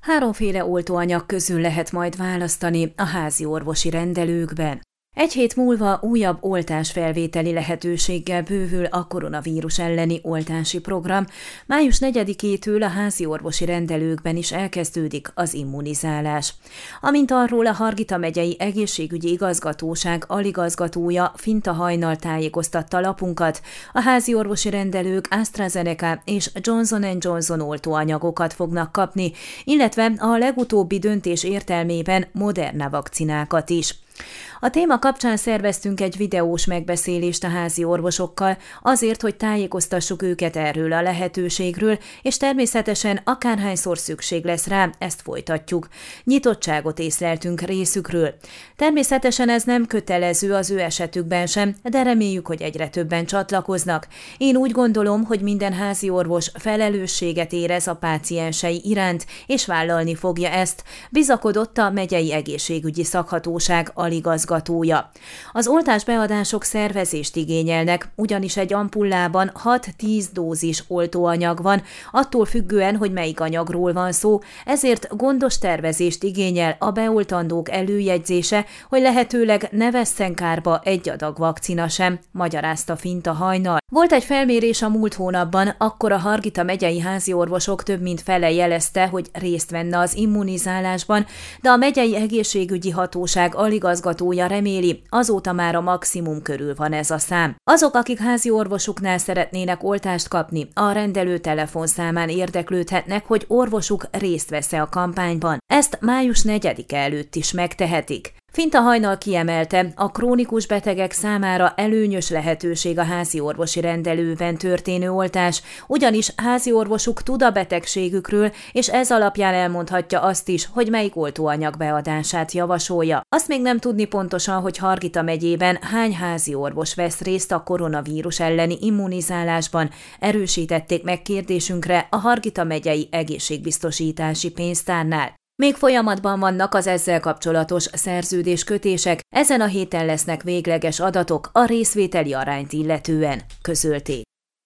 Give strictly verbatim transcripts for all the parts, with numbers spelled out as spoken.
Háromféle oltóanyag közül lehet majd választani a házi orvosi rendelőkben. Egy hét múlva újabb oltásfelvételi lehetőséggel bővül a koronavírus elleni oltási program. május negyedikétől a házi orvosi rendelőkben is elkezdődik az immunizálás. Amint arról a Hargita megyei egészségügyi igazgatóság aligazgatója Finta Hajnal tájékoztatta lapunkat, a házi orvosi rendelők AstraZeneca és Johnson and Johnson oltóanyagokat fognak kapni, illetve a legutóbbi döntés értelmében Moderna vakcinákat is. A téma kapcsán szerveztünk egy videós megbeszélést a házi orvosokkal, azért, hogy tájékoztassuk őket erről a lehetőségről, és természetesen akárhányszor szükség lesz rá, ezt folytatjuk. Nyitottságot észleltünk részükről. Természetesen ez nem kötelező az ő esetükben sem, de reméljük, hogy egyre többen csatlakoznak. Én úgy gondolom, hogy minden házi orvos felelősséget érez a páciensei iránt, és vállalni fogja ezt, bizakodott a megyei egészségügyi szakhatóság aligazgatója. Az oltásbeadások szervezést igényelnek, ugyanis egy ampullában hat-tíz dózis oltóanyag van, attól függően, hogy melyik anyagról van szó, ezért gondos tervezést igényel a beoltandók előjegyzése, hogy lehetőleg ne vesszen kárba egy adag vakcina sem, magyarázta Finta Hajnal. Volt egy felmérés a múlt hónapban, akkor a Hargita megyei házi orvosok több mint fele jelezte, hogy részt venne az immunizálásban, de a megyei egészségügyi hatóság aligazgatója reméli, azóta már a maximum körül van ez a szám. Azok, akik házi orvosuknál szeretnének oltást kapni, a rendelő telefonszámán érdeklődhetnek, hogy orvosuk részt vesz-e a kampányban. Ezt május negyedike előtt is megtehetik. Finta Hajnal kiemelte, a krónikus betegek számára előnyös lehetőség a házi orvosi rendelőben történő oltás, ugyanis házi orvosuk tud a betegségükről, és ez alapján elmondhatja azt is, hogy melyik oltóanyag beadását javasolja. Azt még nem tudni pontosan, hogy Hargita megyében hány házi orvos vesz részt a koronavírus elleni immunizálásban, erősítették meg kérdésünkre a Hargita megyei egészségbiztosítási pénztárnál. Még folyamatban vannak az ezzel kapcsolatos szerződéskötések, ezen a héten lesznek végleges adatok a részvételi arányt illetően, közölték.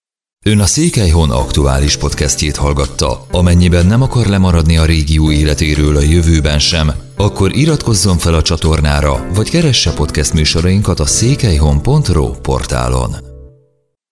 Ön a Székelyhon aktuális podcastjét hallgatta. Amennyiben nem akar lemaradni a régió életéről a jövőben sem, akkor iratkozzon fel a csatornára, vagy keresse podcast műsorainkat a székelyhon pont ro portálon.